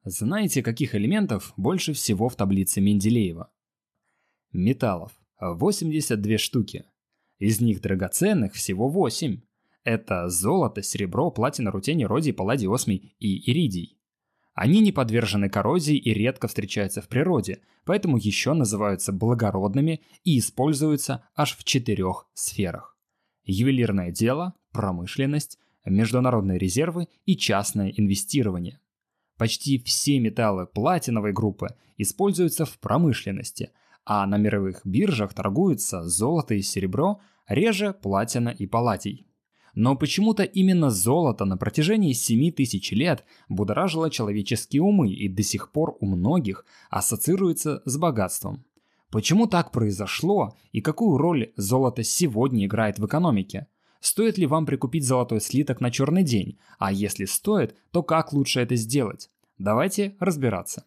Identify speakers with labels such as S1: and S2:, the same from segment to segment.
S1: Знаете, каких элементов больше всего в таблице Менделеева? Металлов – 82 штуки. Из них драгоценных всего 8. Это золото, серебро, платина, рутений, родий, палладий, осмий и иридий. Они не подвержены коррозии и редко встречаются в природе, поэтому еще называются благородными и используются аж в 4 сферах. Ювелирное дело, промышленность, международные резервы и частное инвестирование. Почти все металлы платиновой группы используются в промышленности, а на мировых биржах торгуются золото и серебро, реже платина и палладий. Но почему-то именно золото на протяжении 7000 лет будоражило человеческие умы и до сих пор у многих ассоциируется с богатством. Почему так произошло и какую роль золото сегодня играет в экономике? Стоит ли вам прикупить золотой слиток на черный день? А если стоит, то как лучше это сделать? Давайте разбираться.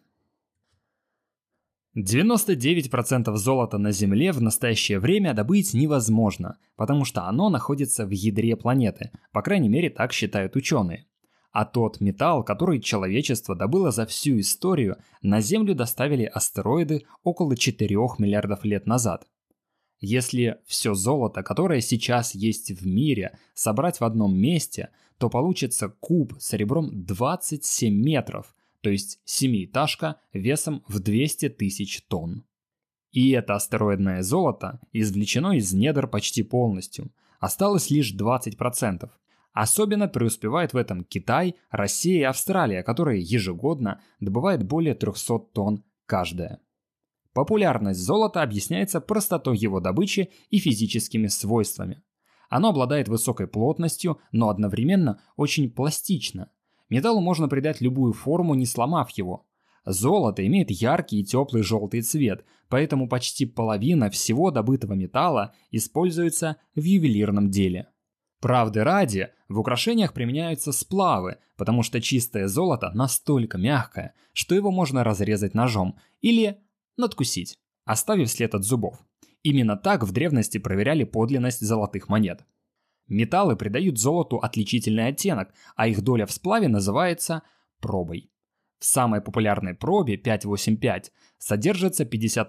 S1: 99% золота на Земле в настоящее время добыть невозможно, потому что оно находится в ядре планеты, по крайней мере так считают ученые. А тот металл, который человечество добыло за всю историю, на Землю доставили астероиды около 4 миллиардов лет назад. Если все золото, которое сейчас есть в мире, собрать в одном месте, то получится куб с ребром 27 метров, то есть семиэтажка весом в 200 тысяч тонн. И это астероидное золото извлечено из недр почти полностью, осталось лишь 20%. Особенно преуспевает в этом Китай, Россия и Австралия, которые ежегодно добывают более 300 тонн каждая. Популярность золота объясняется простотой его добычи и физическими свойствами. Оно обладает высокой плотностью, но одновременно очень пластично. Металлу можно придать любую форму, не сломав его. Золото имеет яркий и теплый желтый цвет, поэтому почти половина всего добытого металла используется в ювелирном деле. Правды ради, в украшениях применяются сплавы, потому что чистое золото настолько мягкое, что его можно разрезать ножом или надкусить, оставив след от зубов. Именно так в древности проверяли подлинность золотых монет. Металлы придают золоту отличительный оттенок, а их доля в сплаве называется пробой. В самой популярной пробе 585 содержится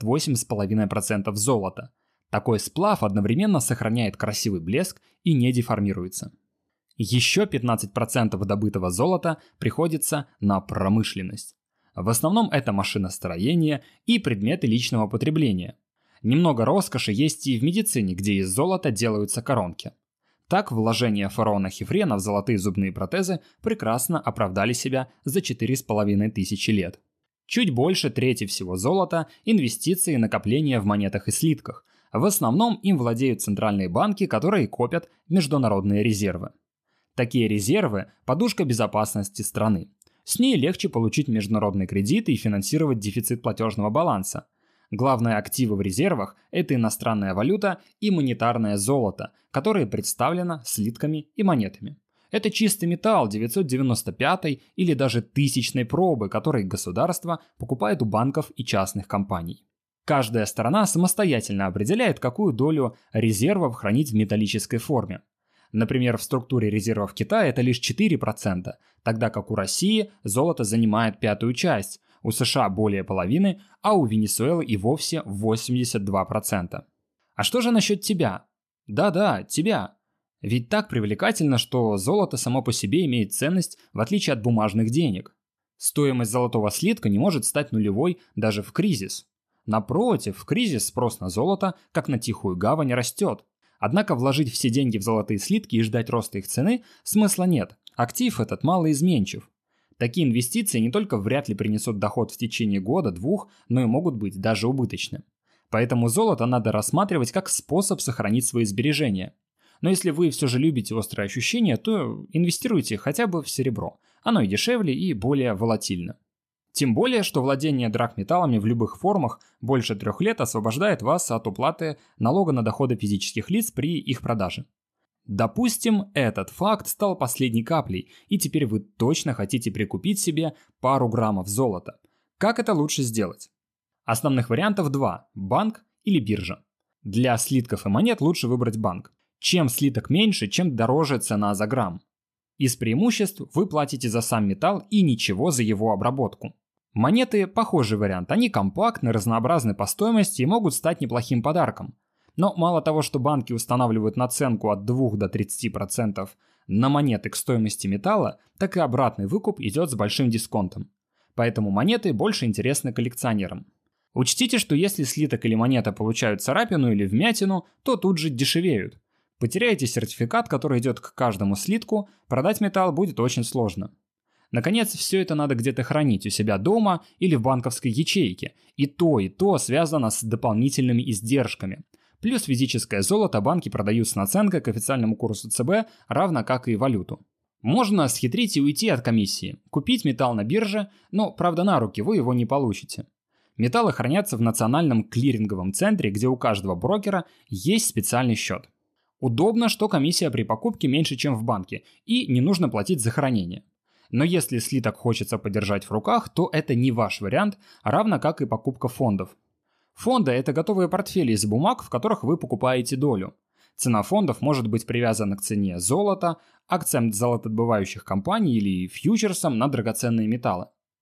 S1: 58,5% золота. Такой сплав одновременно сохраняет красивый блеск и не деформируется. Еще 15% добытого золота приходится на промышленность. В основном это машиностроение и предметы личного потребления. Немного роскоши есть и в медицине, где из золота делаются коронки. Так вложения фараона Хефрена в золотые зубные протезы прекрасно оправдали себя за 4500 лет. Чуть больше трети всего золота – инвестиции и накопления в монетах и слитках. В основном им владеют центральные банки, которые копят международные резервы. Такие резервы – подушка безопасности страны. С ней легче получить международные кредиты и финансировать дефицит платежного баланса. Главные активы в резервах – это иностранная валюта и монетарное золото, которое представлено слитками и монетами. Это чистый металл 995 или даже 1000 пробы, который государство покупает у банков и частных компаний. Каждая сторона самостоятельно определяет, какую долю резервов хранить в металлической форме. Например, в структуре резервов Китая это лишь 4%, тогда как у России золото занимает 1/5 часть, у США более половины, а у Венесуэлы и вовсе 82%. А что же насчет тебя? Да-да, тебя. Ведь так привлекательно, что золото само по себе имеет ценность, в отличие от бумажных денег. Стоимость золотого слитка не может стать нулевой даже в кризис. Напротив, в кризис спрос на золото, как на тихую гавань, растет. Однако вложить все деньги в золотые слитки и ждать роста их цены смысла нет. Актив этот малоизменчив. Такие инвестиции не только вряд ли принесут доход в течение года-двух, но и могут быть даже убыточны. Поэтому золото надо рассматривать как способ сохранить свои сбережения. Но если вы все же любите острые ощущения, то инвестируйте хотя бы в серебро. Оно и дешевле, и более волатильно. Тем более, что владение драгметаллами в любых формах больше 3 лет освобождает вас от уплаты налога на доходы физических лиц при их продаже. Допустим, этот факт стал последней каплей, и теперь вы точно хотите прикупить себе пару граммов золота. Как это лучше сделать? Основных вариантов 2 – банк или биржа. Для слитков и монет лучше выбрать банк. Чем слиток меньше, чем дороже цена за грамм. Из преимуществ вы платите за сам металл и ничего за его обработку. Монеты – похожий вариант, они компактны, разнообразны по стоимости и могут стать неплохим подарком. Но мало того, что банки устанавливают наценку от 2 до 30% на монеты к стоимости металла, так и обратный выкуп идет с большим дисконтом. Поэтому монеты больше интересны коллекционерам. Учтите, что если слиток или монета получают царапину или вмятину, то тут же дешевеют. Потеряете сертификат, который идет к каждому слитку, продать металл будет очень сложно. Наконец, все это надо где-то хранить у себя дома или в банковской ячейке. И то связано с дополнительными издержками. Плюс физическое золото банки продают с наценкой к официальному курсу ЦБ, равно как и валюту. Можно схитрить и уйти от комиссии, купить металл на бирже, но, правда, на руки вы его не получите. Металлы хранятся в национальном клиринговом центре, где у каждого брокера есть специальный счет. Удобно, что комиссия при покупке меньше, чем в банке, и не нужно платить за хранение. Но если слиток хочется подержать в руках, то это не ваш вариант, равно как и покупка фондов. Фонды – это готовые портфели из бумаг, в которых вы покупаете долю. Цена фондов может быть привязана к цене золота, акциям золотодобывающих компаний или фьючерсам на драгоценные металлы.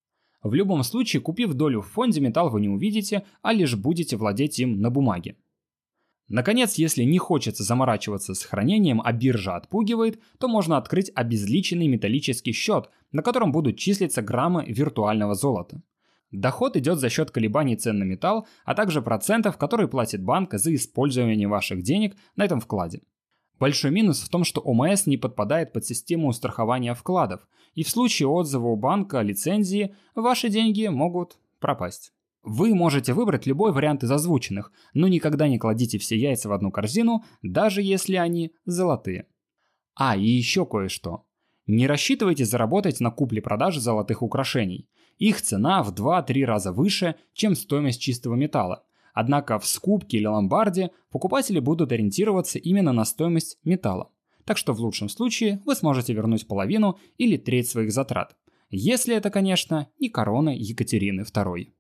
S1: В любом случае, купив долю в фонде, металл вы не увидите, а лишь будете владеть им на бумаге. Наконец, если не хочется заморачиваться с хранением, а биржа отпугивает, то можно открыть обезличенный металлический счет, на котором будут числиться граммы виртуального золота. Доход идет за счет колебаний цен на металл, а также процентов, которые платит банк за использование ваших денег на этом вкладе. Большой минус в том, что ОМС не подпадает под систему страхования вкладов, и в случае отзыва у банка лицензии ваши деньги могут пропасть. Вы можете выбрать любой вариант из озвученных, но никогда не кладите все яйца в одну корзину, даже если они золотые. И еще кое-что. Не рассчитывайте заработать на купле-продаже золотых украшений. Их цена в 2-3 раза выше, чем стоимость чистого металла. Однако в скупке или ломбарде покупатели будут ориентироваться именно на стоимость металла. Так что в лучшем случае вы сможете вернуть половину или треть своих затрат. Если это, конечно, не корона Екатерины II.